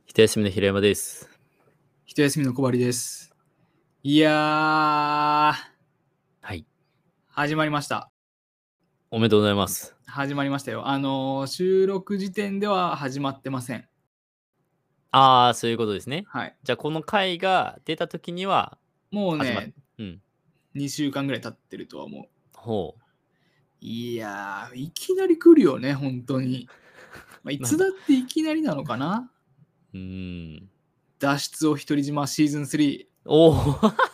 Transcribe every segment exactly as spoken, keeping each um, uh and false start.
一休みの平山です。 一休みの小針です。いやー、 はい。 始まりました。 おめでとうございます。 始まりましたよ。あのー、収録時点では始まってません。 ああ、そういうことですね。 はい。 じゃあ、この回が出た時には始まっもうね、 うん。 にしゅうかんぐらい経ってるとは思う。 ほう。 いやー、いきなり来るよね、本当に。まあ、いつだっていきなりなのかなうーん。 脱出を独り島シーズンスリー。 おお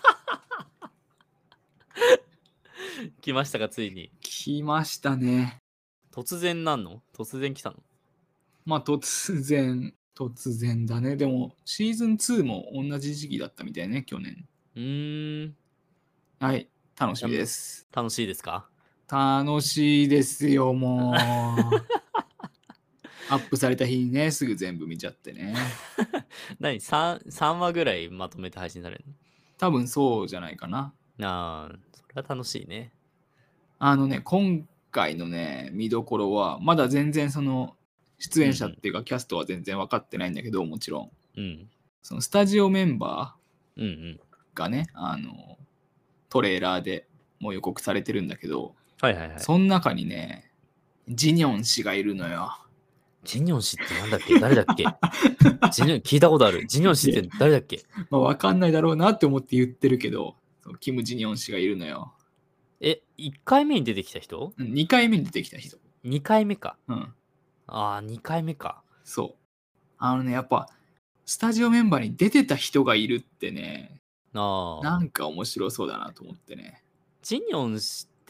来ましたか、ついに。 来ましたね。 突然なんの突然来たのまあ、突然、突然だね。でも、シーズンツーも同じ時期だったみたいね、去年。 うーん。 はい、楽しみです。 楽しいですか楽しいですよ、もう。アップされた日にね、すぐ全部見ちゃってね。 何 3, 3話ぐらいまとめて配信される多分そうじゃないかな。 のああ、それは楽しいね。 あのね、今回のね、見どころは、まだ全然その、出演者っていうか、キャストは全然分かってないんだけど、もちろん。 うん。 そのスタジオメンバうんうん。 ーがね、あの、トレーラーでもう予告されてるんだけど、 はいはいはい。 その中にね、ジニョン氏がいるのよ。 ジニョン氏ってなんだっけ誰だっけジニョン聞いたことある。ジニョン氏って誰だっけまあ、分かんないだろうなって思って言ってるけど、そのキム・ジニョン氏がいるのよ。 え、いっかいめに出てきた人にかいめに出てきた人。 ?に 回目か。 うん。 ああ、にかいめか。 そう。あのね、やっぱ、スタジオメンバーに出てた人がいるってね、 ああ。 なんか面白そうだなと思ってね。 ジニョン氏って、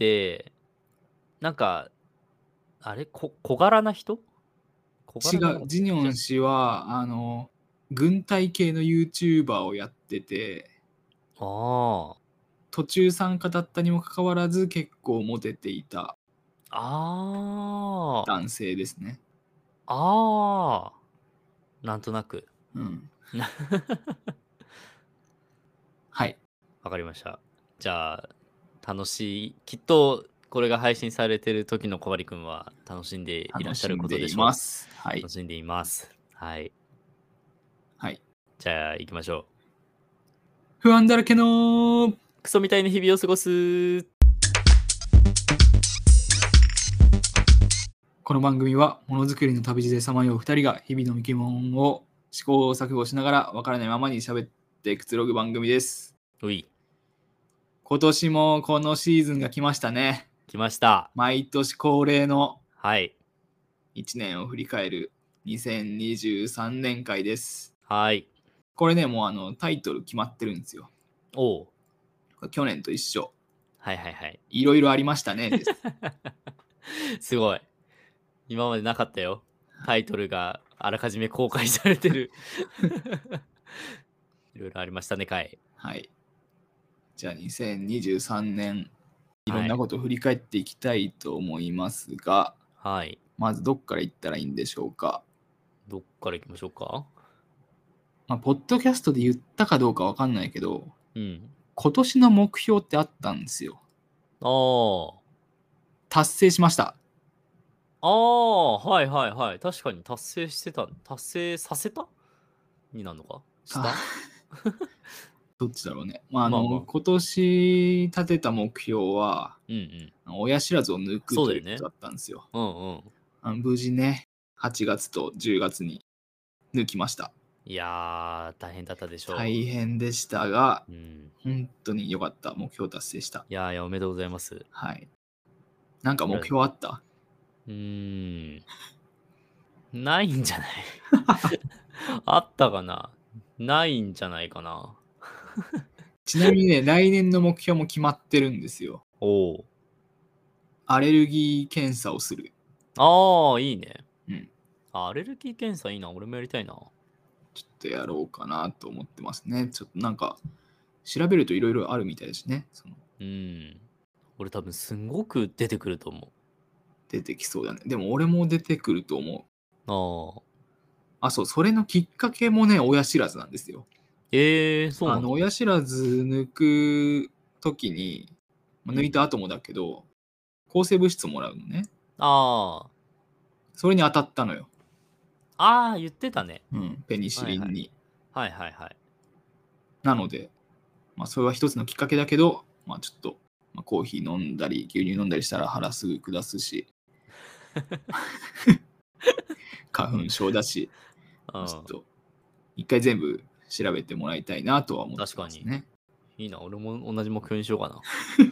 なんか、あれこ小柄な人小違う、 柄じゃなかったジニョン氏は、あの、軍隊系の YouTuber をやってて、 ああ。 途中参加だったにもかかわらず結構モテていたああ。 男性ですね。 ああ。なんとなく。 うん。はい。 わかりました。じゃあ、楽しい。きっと、これが配信されてる時の小針くんは楽しんでいらっしゃる楽しんでいことでしょう。 ます。はい。 楽しんでいます。はい。 はい。 じゃあ、行きましょう。 不安だらけのクソみたいな日々を過ごす。 この番組はものづくりの旅路でさまようふたりが日々の疑問を試行錯誤しながらわからないままに喋ってくつろぐ番組です。 うい、 今年もこのシーズンが来ましたね。 来ました。 毎年恒例のはい。 いちねんを振り返るにせんにじゅうさんねん回です。 はい。 これね、もうあのタイトル決まってるんですよ。 おう。 去年と一緒。 はいはいはい。 いろいろありましたねです。 すごい。今までなかったよ。タイトルがあらかじめ公開されてる。いろいろありましたね、回。 はい。じゃあにせんにじゅうさんねんいろんなはい。 ことを振り返っていきたいと思いますが、 はい。 まずどっから行ったらいいんでしょうか。 どっから行きましょうか。 まあ、ポッドキャストで言ったかどうかわかんないけど、 うん。 今年の目標ってあったんですよ。 ああ。 達成しました。 ああ、はいはいはい。確かに達成してた。達成させたになるのかしたどっちだろうね。まあ、あの、 まあまあ。 今年立てた目標は、 うんうん。 親知らずを抜くそうだよね。 ということだったんですよ。 うんうん。 あの無事ね、はちがつとじゅうがつに抜きました。 いやー、大変だったでしょう。 大変でしたが、 うん。 本当に良かった。目標達成した。 いやーいや、おめでとうございます。 はい。なんか目標あった？ うーん。ないんじゃないあったかなないんじゃないかな。 ちなみにね、来年の目標も決まってるんですよ。 おお。 アレルギー検査をする。 ああ、いいね。 うん。 あアレルギー検査いいな。俺もやりたいな。 ちょっとやろうかなと思ってますね。ちょっとなんか、調べるといろいろあるみたいですね。そのうん。俺多分すんごく出てくると思出てきそうだね。でも俺も出てくると思う。 う。ああ。 あ、そう、それのきっかけもね、親知らずなんですよ。 ええー、そうなあの、 んだ。 親知らず抜くときに、まあ抜いたうん、 後もだけど、抗生物質をもらうのね。 ああ。 それに当たったのよ。 ああ、言ってたね。 うん、ペニシリンに。 はいはいはい。 なので、まあ、それは一つのきっかけだけど、まあ、ちょっと、まあ、コーヒー飲んだり、牛乳飲んだりしたら腹すぐ下すし、花粉症だし、 うん、 まあちょっと、一回全部調べてもらいたいなとは思って確かに。 ますね。 いいな、俺も同じ目標にしようかな。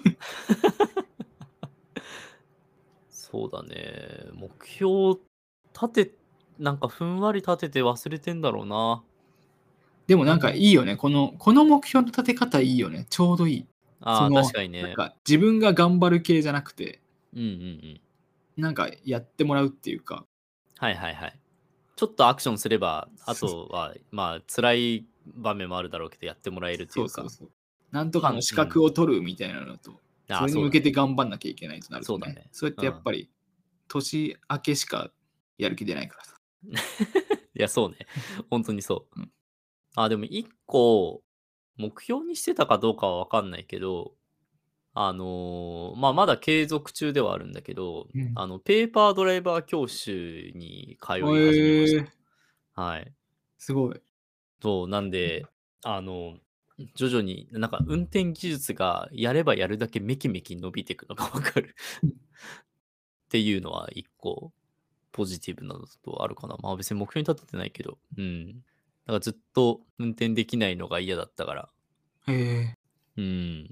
そうだね。目標立て、なんかふんわり立てて忘れてんだろうな。 でもなんかいいよね。この、この目標の立て方いいよね。ちょうどいい。そああ、 の、 確かにね。 なんか自分が頑張る系じゃなくて、 うんうんうん。 なんかやってもらうっていうか、 はいはいはい。ちょっとアクションすれば、あそうとは、まあ、辛い場面もあるだろうけど、やってもらえるっていうか。 そうそうそう。なんとかの資まあうん格を取るみたいなのと、 ああ、 それにそうだね。 向けて頑張んなきゃいけないとなるとね、 そうだね。 そうやってやっぱり年明けしかやる気出ないからさ。 いや、そうね。本当にそう。 うん。 あ、でも一個、目標にしてたかどうかはわかんないけど、あの、まあ、まだ継続中ではあるんだけど、 うん。 あの、ペーパードライバー教習に通い始めましへえ、 た。はい。 すごい。 そう、なんで、あの、徐々に、なんか運転技術がやればやるだけメキメキ伸びていくのがわかるっていうのは一個ポジティブなのとあるかな。まあ別に目標に立ててないけど、うん。だからずっと運転できないのが嫌だったから、 へえ。 うん。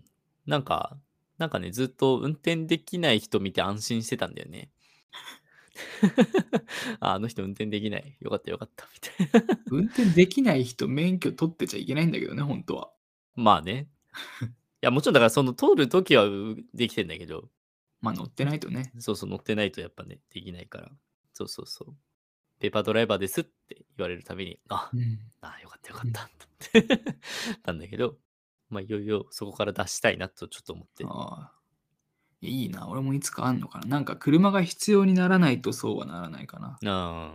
なんか、なんかね、ずっと運転できない人見て安心してたんだよね。ああの人運転できない。よかったよかった。みたいな。 運転できない人、免許取ってちゃいけないんだけどね、本当は。 まあね。いや、もちろんだからその通るときはうできてんだけど、 まあ乗ってないとね。 そうそう、乗ってないとやっぱね、できないから。そうそうそう。ペーパードライバーですって言われるたびに、あ、 うん。 あよかったよかうん。 ったと思ってたんだけど、まあ、いよいよそこから脱したいなとちょっと思って。 ああ、いいな。俺もいつかあんのかな。なんか車が必要にならないとそうはならないかな。 うん、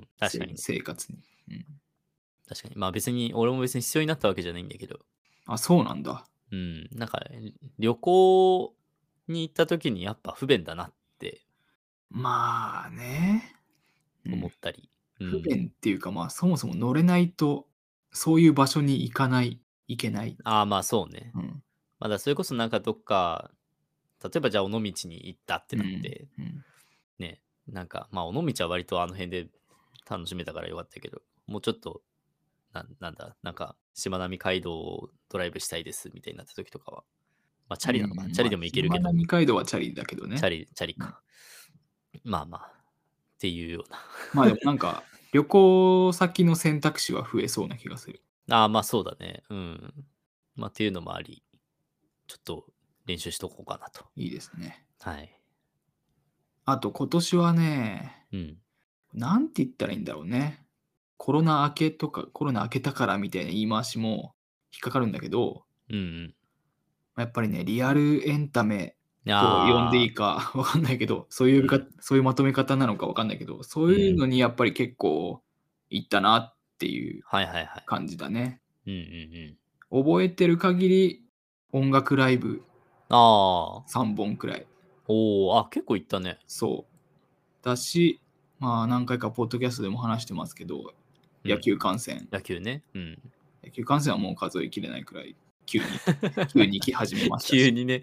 確かせにね。 生活に。うん。 確かに。まあ別に、俺も別に必要になったわけじゃないんだけど、 あ、そうなんだ。 うん、なんか、旅行に行った時にやっぱ不便だなってまあね。うん。 思ったり。う不ん。 便っていうか、まあ、そもそも乗れないと、そういう場所に行かない、行けない。 ああ、まあそうね。 うん。 まだそれこそなんかどっか、例えばじゃあ尾道に行ったってうん。 なって、 うん。 ね、なんか、まあ尾道は割とあの辺で楽しめたからよかったけど、もうちょっと、なんなんだ、なんか、しまなみ海道をドライブしたいですみたいになった時とかは、まあチャリなのかな、 うん、まあ、 チャリでも行けしまなるけど、 み海道はチャリだけどね。 チャリ、チャリうん。 か。まあまあ、っていうような。 まあ、でもなんか、旅行先の選択肢は増えそうな気がする。 ああ、まあそうだね。うん。まあっていうのもあり、ちょっと練習しとこうかなと。 いいですね。 はい。 あと今年はね、 うん。 なんて言ったらいいんだろうね。コロナ明けとか、コロナ明けたからみたいな言い回しも引っかかるんだけど、 うんうん。 やっぱりね、リアルエンタメと呼んでいああ、 いかわかんないけど、そういうかうん。 そういうまとめ方なのかわかんないけど、そういううん。 のにやっぱり結構行ったなっていうはいはいはい。 感じだね。 うんうんうん。 覚えてる限り、音楽ライブああ、 さんぼんくらい。 おお、あ、結構いったね。 そう。だし、まあ、何回かポッドキャストでも話してますけど、野うん。 球観戦。 野球ね。うん。 野球観戦はもう数えきれないくらい、急に急に来始めましたし。 急にね。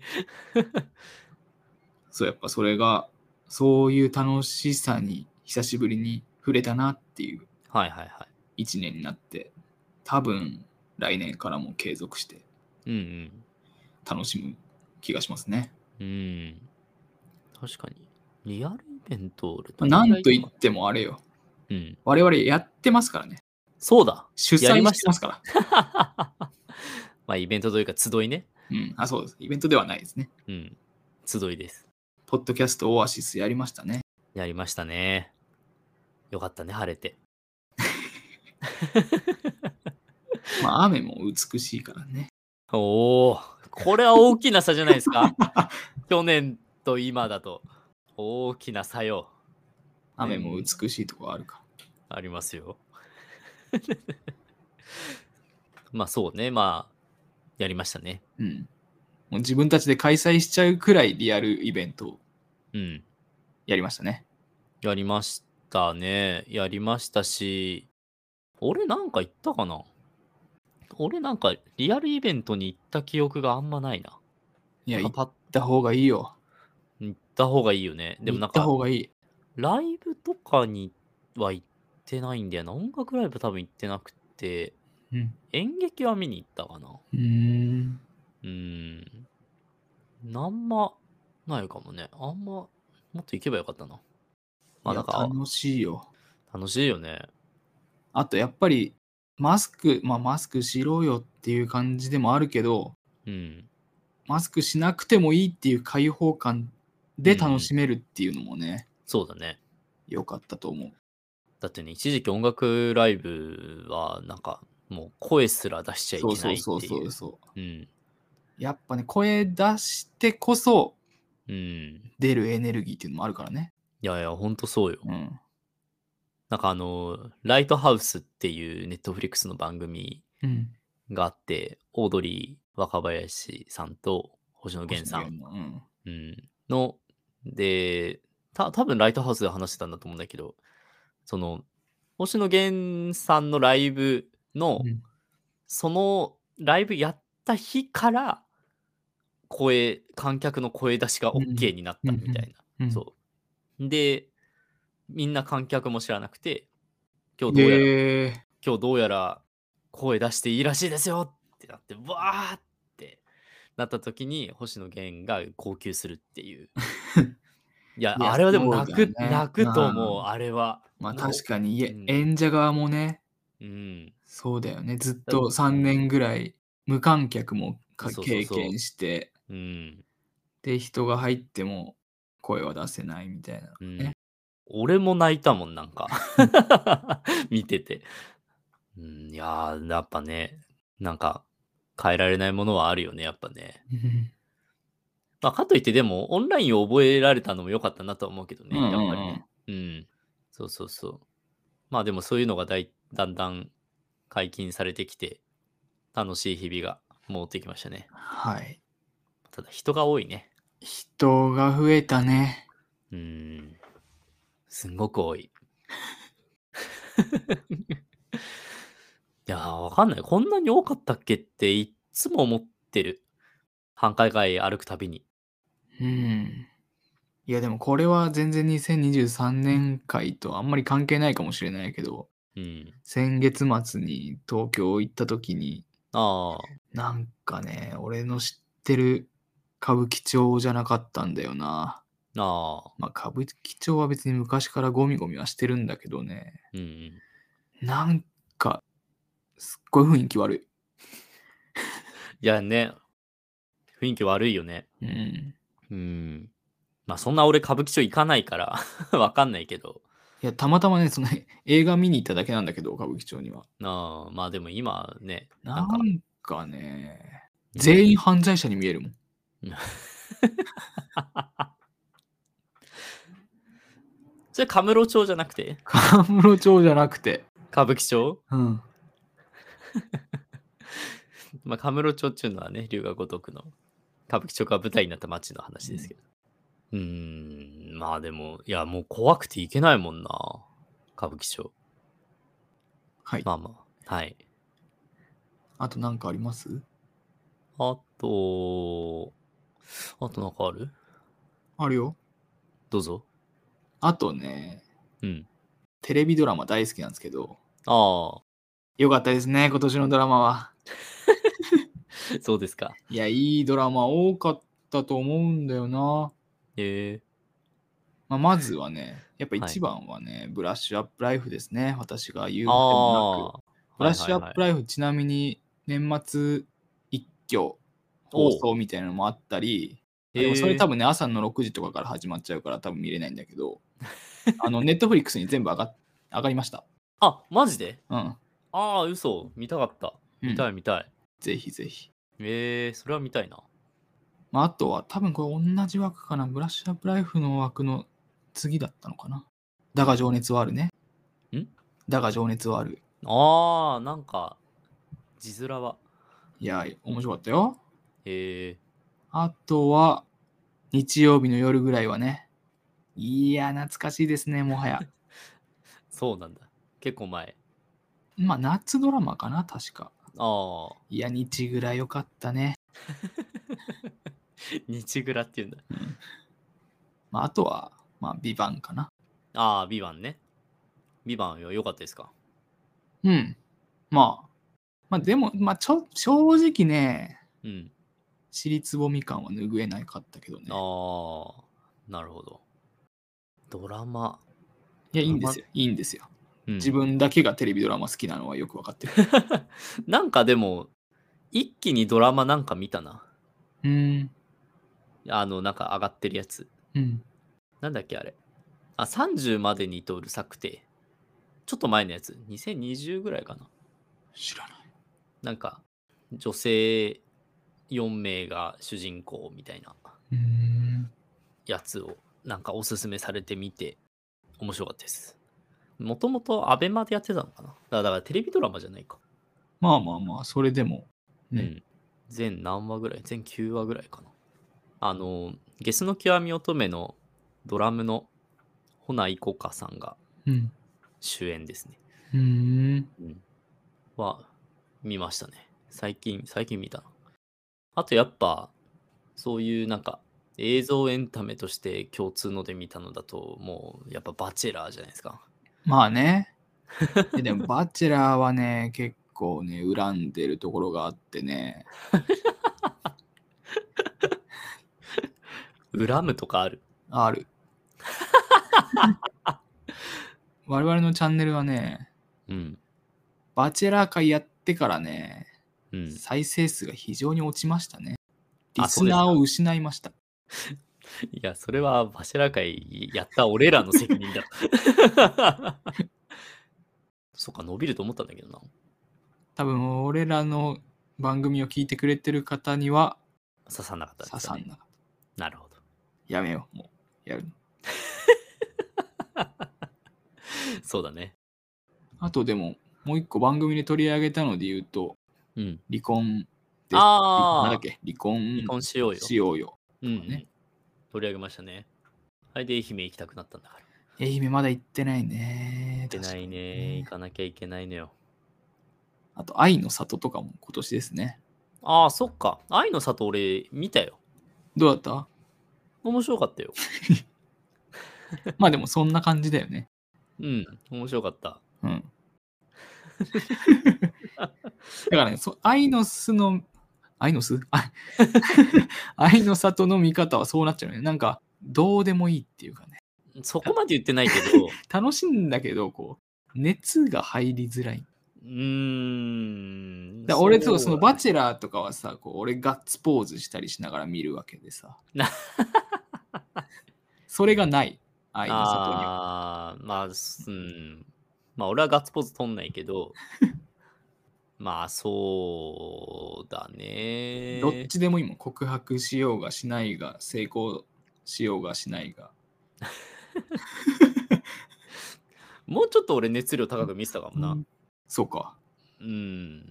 そう、やっぱそれが、そういう楽しさに久しぶりに触れたなっていうはいはいはい。 いちねんになって、多分来年からも継続してうんうん。 楽しむ気がしますね。 うーん。確かに。リアルイベント、俺まあ、 どれなぐらい行ったかんと言ってもあれよ。 な。うん。 我々やってますからね。 そうだ。 主催やりました。 してますから。 まあ、イベントというか集いね。 うん。あ、そうです。イベントではないですね。 うん。集いです。 ポッドキャストオアシスやりましたね。 やりましたね。よかったね、晴れて。 まあ、雨も美しいからね。 おお、これは大きな差じゃないですか？去年と今だと。大きな差よ。 雨も美しいとこあるかありますよ。まあそうね、まあ、やりましたね。 ら。うん。もう自分たちで開催しちゃうくらいリアルイベントをうん。 やりましたね。 やりましたね。やりましたし、 俺なんか行ったかな。俺なんかリアルイベントに行った記憶があんまないな。 いや、 なんかパッ行った方がいいよ。 行った方がいいよね。でも行ったなんか、 方がいい。 ライブとかには行ってないんだよな。音楽ライブ多分行ってなくて、 うん。 演劇は見に行ったかな。 うーん。 うーん。なんまないかもね。あんま、もっと行けばよかったな。まいや、 あなんか、 楽しいよ。 楽しいよね。 あと、やっぱり、マスク、まあ、マスクしろよっていう感じでもあるけど、 うん。 マスクしなくてもいいっていう開放感で楽しめるっていうのもね、 そうだね。 良かったと思う。 だってね、一時期音楽ライブは、なんか、もう声すら出しちゃいそうけなそうそういっていう。 そうそう。 うん。 やっぱね、声出してこそうん。 出るエネルギーっていうのもあるからね。 いやいや、ほんとそうよ。 うん。 なんかあの、ライトハウスっていうネットフリックスの番組うん。 があって、オードリー若林さんと星野源さん、 星野源の。うん。 うん、の、で、た多分ライトハウスで話してたんだと思うんだけど、その、星野源さんのライブの、 うん。 そのライブやった日から、声観客の声出しがオッケーになっうん。 たみたいな。 うん。 そう。で、みんな観客も知らなくて、今日どうやらへえ。 今日どうやら声出していいらしいですよってなって、わーってなった時に、星野源が号泣するっていう。いや、 いや、 あれはでもそう泣くだね。 泣くと思う、 うん。 あれは。 まあ、 も確かに、いう、うえ、 ん、 演者側もね、 うん。 そうだよね。ずっだと3 うん、 年ぐらい無観客もかそうそう経験そして、 う。うん、 で、人が入っても声は出せないみたいなうん。 ね。 俺も泣いたもん、なんか。 うん。 見てて。うん、いやー、やっぱね、なんか、変えられないものはあるよね、やっぱね。まあ、かといってでも、オンラインを覚えられたのも良かったなとは思うけどね、 うんうんやっぱりね。 うん。 うん。そうそうそう。まあ、でもそういうのがだいだんだん解禁されてきて、楽しい日々が戻ってきましたね。 はい。 ただ人が多いね。 人が増えたね。 うーん。すんごく多い。いやー、わかんない。こんなに多かったっけっていっつも思ってる。繁華街歩くたびに。 うん。いや、でもこれは全然にせんにじゅうさんねん回とあんまり関係ないかもしれないけど、 うん。 先月末に東京行った時に、 ああ、 なんかね、俺の知ってる歌舞伎町じゃなかったんだよな。 ああ、 まあ、歌舞伎町は別に昔からゴミゴミはしてるんだけどね、 うんうん。 なんか、すっごい雰囲気悪い。 いやね、雰囲気悪いよね。 うん。 うん。ま、そんな俺歌舞伎町行かないからわかんないけど。 いや、たまたまね、その映画見に行っただけなんだけど、歌舞伎町には。 ああ、まあ、でも今ね、ななんか、 んかね、 うん。 全員犯罪者に見えるもん。 それ、神室町じゃなくて？ 神室町じゃなくて。 歌舞伎町？ うん。 ま、神室町っちゅうのはね、龍が如くの歌舞伎町が舞台になった街のうん。 話ですけど。うーん、まあ、でも、いや、もう怖くて行けないもんな、歌舞伎町。 はい。 まあまあ、はい。 あとなんかあります？ あとあとなんかある？ あるよ。 どうぞ。 あとね、 うん。 テレビドラマ大好きなんですけど、 ああ、 良かったですね、今年のドラマは。 そうですか。 いや、いいドラマ多かったと思うんだよな。 へえ、 まあ、まずはね、やっぱ一はい。 番はね、ブラッシュアップライフですね。私が言うあまでもなく。 あ、 ブラッはいシュアップラはいはい。 イフちなみに年末一挙放おお、 送みたいなのもあったり、あ、でもそれへえ。 多分ね、朝のろくじとかから始まっちゃうから多分見れないんだけど、あの、ネットフリックスに全部上が上がりました。 あ、マジで？ うん。 ああ、嘘、見たかった。見うん。 たい見たい。 ぜひぜひ。 ええ、それは見たいな。 まあ、あとは多分これ同じ枠かな。ブラッシュアップライフの枠の次だったのかな。だが情熱はあるね。 ん？ だが情熱はある。 ああ、なんか、字面は。 いや、面白かったよ。 へえ、 あとは、日曜日の夜ぐらいはね。いや、懐かしいですね、もはや。 そうなんだ。結構前。 まあ、夏ドラマかな、確か。 ああ。 いや、日ぐらよかったね。 日ぐらっていうんだ。 うん。まあ、あとは、まあ、ビバンかな。 ああ、ビバンね。ビバンは良かったですか？ うん。まあ、まあ、でも、まあ、ちょ正直ね、 うん。 尻つぼみ感は拭えないかったけどね。 ああ、なるほど。ドラマ。 いや、いいドラマんですよ。いいんですよ。自うん。 分だけがテレビドラマ好きなのはよくわかってる。 なんかでも、一気にドラマなんか見たな。 うーん。 あの、なんか上がってるやつ。 うん。 なんだっけあれ。あ、さんじゅうまでにとうるさくて。ちょっと前のやつ。にせんにじゅうぐらいかな。 知らない。 なんか、女性よん名が主人公みたいなうーん。 やつをなんかおすすめされてみて面白かったです。もともとアベマでやってたのかな。だからだからテレビドラマじゃないか。 まあまあまあ、それでも、ね。 うん。全何話ぐらい全きゅうわぐらいかな。あの、ゲスの極み乙女のドラムのほないこかさんがうん。 主演ですね。 うーん。 うん。は、見ましたね。最近、最近見たな。あとやっぱ、そういうなんか、映像エンタメとして共通ので見たのだと、もうやっぱバチェラーじゃないですか。 まあね。いやでも、バチェラーはね、結構ね、恨んでるところがあってね。 恨むとかある。 ある。我々のチャンネルはね、 うん。 バチェラー会やってからね、 うん。 再生数が非常に落ちましたね。リあ、そうですか。 スナーを失いました。 いや、それはバチェラー会やった俺らの責任だろ。そっか、伸びると思ったんだけどな。 多分、俺らの番組を聞いてくれてる方には刺さんなかったんで刺すかね。 さんなかった。 なるほど。 やめよう、もう。やるの。 そうだね。 あとでも、もう一個番組で取り上げたので言うと、 うん。 離婚です。 ああ。 なんだっけ離婚離婚しようよ。 しようよ。 うん、 とかね。 取り上げましたね。あれで愛媛行きたくなったんだから。 愛媛まだ行ってないね。 行ってないね。行かなきゃいけないのよ。 あと、愛の里とかも今年ですね。 ああ、そっか。愛の里俺見たよ。 どうだった？ 面白かったよ。 まあでもそんな感じだよね。 うん、面白かった。 うん。だからね、そ愛の巣の、愛の巣あ愛の里の見方はそうなっちゃうね。なんか、どうでもいいっていうかね。 そこまで言ってないけど、 楽しいんだけど、こう、熱が入りづらい。 うーん。 だ俺とそのバチチェラーとかはさ、こう俺ガッツポーズしたりしながら見るわけでさ。 なそれがない。愛の里には。 ああ、まあ、すうん。まあ、俺はガッツポーズ取んないけど、まあ、そうだどっね。 ちでもいいもん。告白しようがしないが、成功しようがしないが。 もうちょっと俺熱量高く見せたかもな。 そうか。 うん。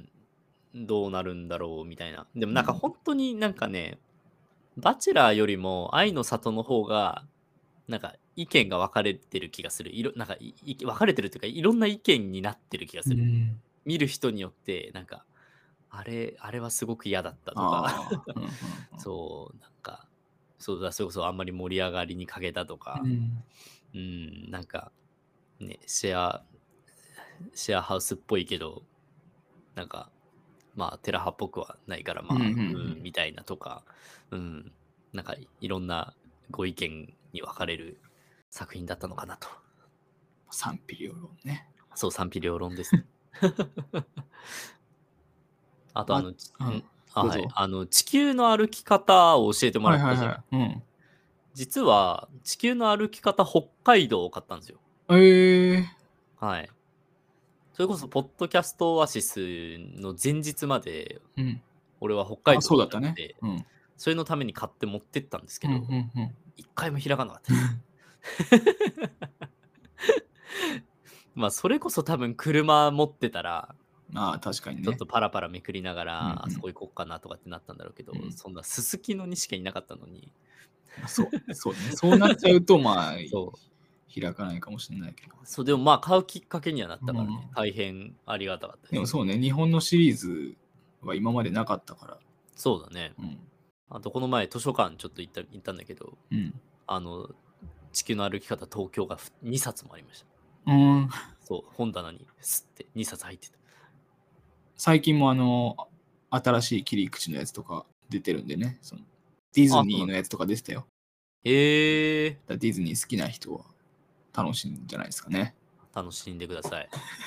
どうなるんだろうみたいな。でもなんかうん本当になんかね、バチェラーよりも愛の里の方が、なんか意見が分かれてる気がする。いろなんかいい分かれてるっていうか、いろんな意見になってる気がうする。 ん。 見る人によって、なんか、あれ、あれはすごく嫌だったとか、 ああ。うんうんそう、なんか、そうだ、それこそあんまり盛り上がりに欠けたとか、 うんうん、なんか、ね、シェア、シェアハウスっぽいけど、なんか、まあ、テラハっぽくはないから、まあ、 うんううんうんん、みたいなとか、うん、なんか、いろんなご意見に分かれる作品だったのかなと。 賛否両論ね。 そう、賛否両論ですね。あと、ああ、 の、ちうん。 んあ、はい。 どうぞ。 あの、地球の歩き方を教えてもはらったじゃん。 いはいはい。うん。 実は、地球の歩き方北海道を買ったんですよ。 ええはい。それこそ、ポッドキャストオアシスの前日まで、 うん。 俺は北海あ、 道にいそうだったね。 たので、 うん。 それのために買って持ってったんですけうんうど、 んうん。 一回も開かなかったです。まあ、それこそ多分車持ってたら、 ああ、確かにね。 ちょっとパラパラめくりながうんうら、 んあそこ行こっかなとかってなったんだろうけど、 うんそんなすすきのにしかいなかったのに、 まあそう、そうね。そうなっちゃうと、まあ、 そう。 開かないかもしれないけど。 そう、でもまあ買うきっかけにはなったからね。 うん大変ありがたかったです。 でもそうね、日本のシリーズは今までなかったから。 そうだね。 うん。 あとこの前図書館ちょっと行った行ったんだけど、 うん。 あの、地球の歩き方東京がにさつもありました。 うーん。 そう、本棚にすってにさつ入ってた。 最近もあの、新しい切り口のやつとか出てるんでね。そのディズニーのやつとか出てたよ。 へえー、 だからディズニー好きな人は楽しいんじゃないですかね。 楽しんでください。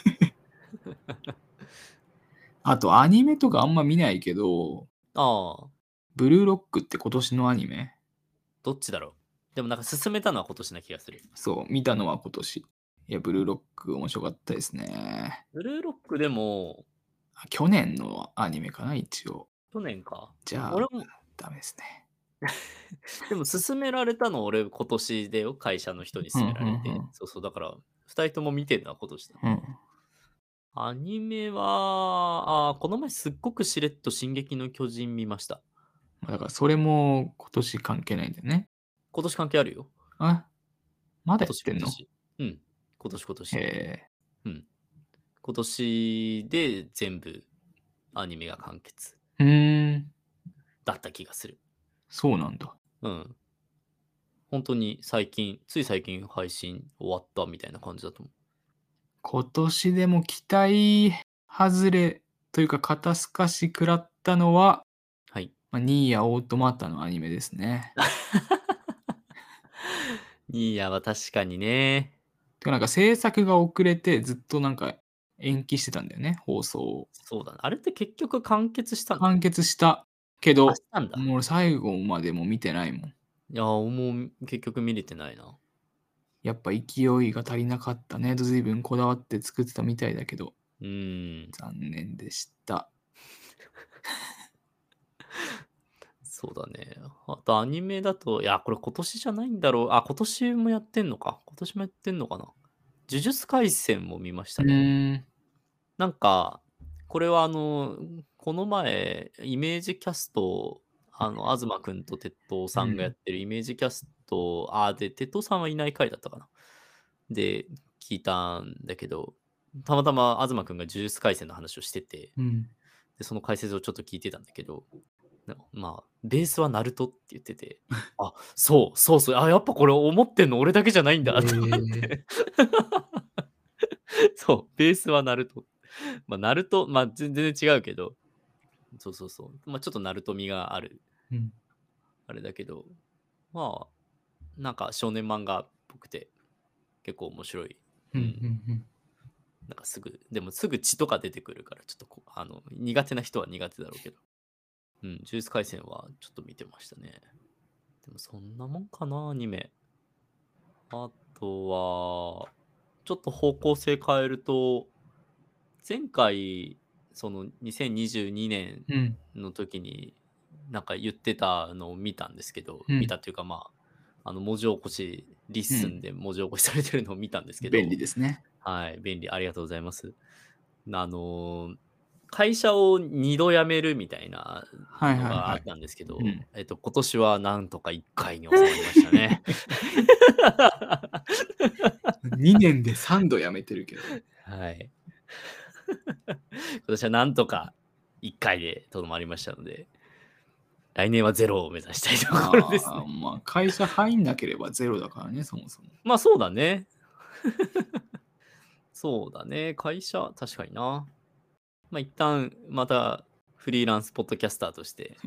あとアニメとかあんま見ないけど、 ああ、 ブルーロックって今年のアニメどっちだろう。でもなんか進めたのは今年な気がする。 そう、見たのは今年。いや、ブルーロック面白かったですね。 ブルーロックでも、 去年のアニメかな、一応。 去年か。 じゃあ、 俺も、 ダメですね。 でも勧められたの俺今年でよ。会社の人に勧められて。 うんうんうんそうそう、だから、二人とも見てるのは今年だ。 うん。 アニメは、あーこの前すっごくしれっと進撃の巨人見ました。 だからそれも今年関係ないんだよね。 今年関係あるよ。 あ、まだ今年、 やってんの今年。うん。今年、今年。 へえ。 うん。今年で全部アニメが完結うーん、 だった気がする。 そうなんだ。 うん。本当に最近、つい最近配信終わったみたいな感じだと思う。 今年でも期待外れというか肩透かし食らったのは、 はい。 まあ、ニーヤオートマタのアニメですね。 ニーヤは確かにね。 てかなんか制作が遅れてずっとなんか延期してたんだよね、放送を。 そうだね。あれって結局完結したの？ 完結したけあ、 ど、 したんだ。 もう俺最後までも見てないもん。 いや、もう結局見れてないな。 やっぱ勢いが足りなかったね。随分こだわって作ってたみたいだけど、 うーん。 残念でした。 そうだね。あとアニメだと、いや、これ今年じゃないんだろう。あ、今年もやってんのか。今年もやってんのかな。呪術廻戦も見ましうたね。 ーん。 なんか、これはあの、この前、イメージキャスト、あの、東くんと鉄塔さんがやってるイメージキャスト、あ、で、鉄塔さんはいない回だったかな。で、聞いたんだけど、たまたま東くんが呪術廻戦の話をしてて、 うん。 で、その解説をちょっと聞いてたんだけど、なまあ、ベースはナルトって言ってて、あ、そう、そうそう、あ、やっぱこれ思ってんの俺だけじゃないんだと思っへえ。 て。そう、ベースはナルト。まあ、ナルト、まあ、全全然違うけど、そうそうそう。まあ、ちょっとナルト味がある、 うん。 あれだけど、まあ、なんか少年漫画っぽくて、結構面白い。 うんうんうん。 うん。 なんかすぐ、でもすぐ血とか出てくるから、ちょっとこう、あの、苦手な人は苦手だろうけど。うん、呪術廻戦はちょっと見てましたね。でもそんなもんかな、アニメ。あとは、ちょっと方向性変えると、前回、そのにせんにじゅうにねうん。 んの時に、なんか言ってたのを見たんですけど、 うん見たっていうかまあ、あの文字起こし、リッスンで文字起こしされてるのを見たんですけど、 便利ですね。 はい、便利、ありがとうございます。あのー会社をにど辞めるみたいなはいはいはい。 のがあったんですけど、 うん。 えっと、今年はなんとかいっかいに収まりましたね。 にねんでさんど辞めてるけど。 はい。今年はなんとかいっかいでとどまりましたので、来年はゼロを目指したいところですああ、 ね。 まあ会社入んなければゼロだからね、そもそも。 まあそうだね。そうだね。会社、確かにな。まあ一旦またフリーランスポッドキャスターとして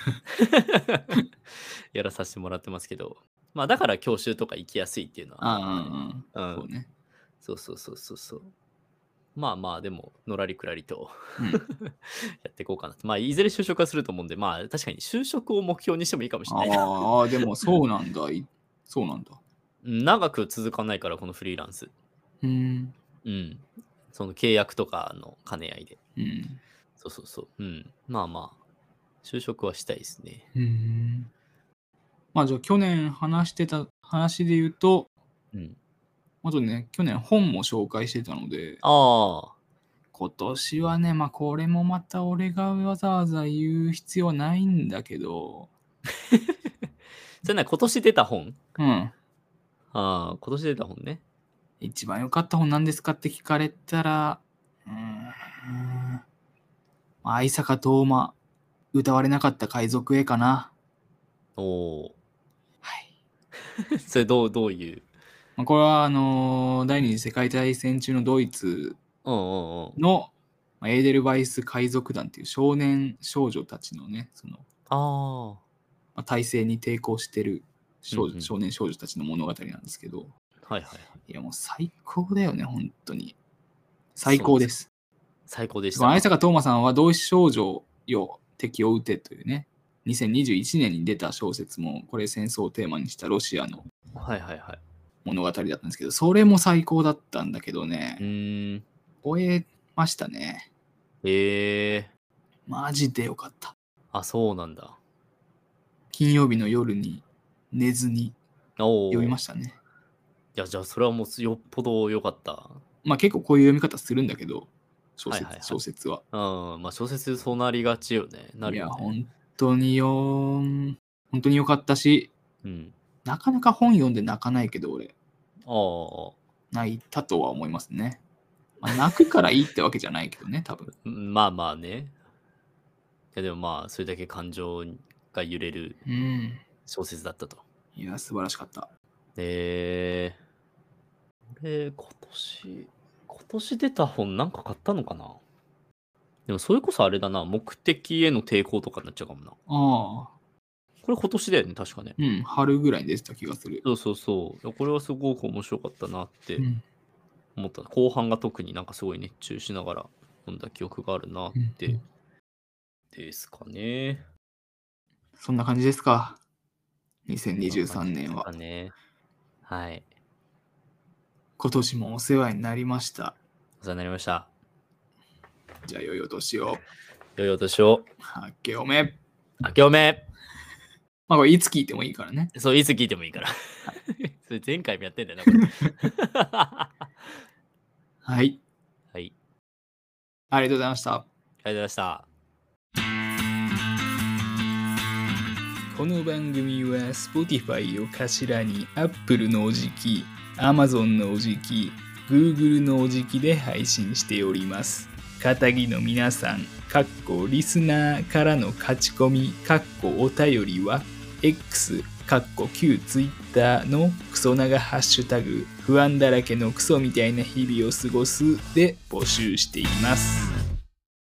やらさせてもらってますけど、まあだから教習とか行きやすいっていうのはあるね。 ああ、 うん。 そうね。 そうそうそうそうそう。まあまあ、でも、のらりくらりとうん。 やっていこうかなと。まあ、いずれ就職はすると思うんで、まあ、確かに就職を目標にしてもいいかもしれないな。 ああ、でもそうなんだ。いそうなんだ。 うん長く続かないから、このフリーランス。 うーん。 うん。その契約とかの兼ね合いで。 うん。 そうそうそう。うん。まあまあ、就職はしたいですね。 うーん。まあじゃあ去年話してた話で言うと、 うん。 あとね、去年本も紹介してたので、 ああ。 今年はね、まあこれもまた俺がわざわざ言う必要はないんだけど、 それな、今年出た本うん。 ああ、今年出た本ね。 一番良かった本何ですかって聞かれたら、うーん、相坂東馬、歌われなかった海賊へかな。 おお。 はい。 それどう、どういう。 まあ、これはあのー第二次世界大戦中のドイツうんうんうん。 のまあエーデルバイス海賊団っていう少年少女たちのね、その、 ああ。 まあ、体制に抵抗してる少,、 うんうん少年少女たちの物語なんですけど、 はいはいはい。 いやもう最高だよね、本当に。最高です。 最高でしたこの相か。 坂東馬さんは同志少女よ敵を撃てというね、にせんにじゅういちねんに出た小説も、これ戦争をテーマにしたロシアのはいはいはい。 物語だったんですけど、それも最高だったんだけどね、 うーん。 終えましたね。 ええマジでよかった。 あ、そうなんだ。 金曜日の夜に寝ずにおお。 読みましたね。 いや、じゃあそれはもうよっぽど良かった。 まあ結構こういう読み方するんだけど、小説、 はいはいはい。 小説は。 うん、まあ小説そうなりがちよね。ないるや、 よね。 本当によ、本当によかったし、 うん。 なかなか本読んで泣かないけど、俺、 ああ。 泣いたとは思いますね。まあ、泣くからいいってわけじゃないけどね、多分。 うんまあまあね。いやでもまあ、それだけ感情が揺れるうん。 小説だったと。 いや、素晴らしかった。 えー、俺、今年、今年出た本なんか買ったのかな。でもそれこそあれだな、目的への抵抗とかになっちゃうかもな。 ああ、 これ今年だよね、確かね。 うん、春ぐらいに出てた気がする。 そうそうそう。これはすごく面白かったなってうん。 思った。後半が特になんかすごい熱中しながら読んだ記憶があるなっうんて、ですかね。 そんな感じですか。にせんにじゅうそんな感じですさんねんは。 かね。はい。 今年もお世話になりました。 お世話になりました。 じゃあ、良いお年を。 良いお年を。 明けおめ。 明けおめ。 まあ、これいつ聞いてもいいからね。 そう、いつ聞いてもいいから。それ前回もやってんだよな、これ。 はい。 はい。 ありがとうございました。 ありがとうございました。 この番組は Spotify を頭に Apple のおじき、Amazon のおじき、Google のおじきで配信しております。片木の皆さん、かっこリスナーからの書き込み、かっこお便りは X、かっこ旧 Twitter のクソ長ハッシュタグ、不安だらけのクソみたいな日々を過ごすで募集しています。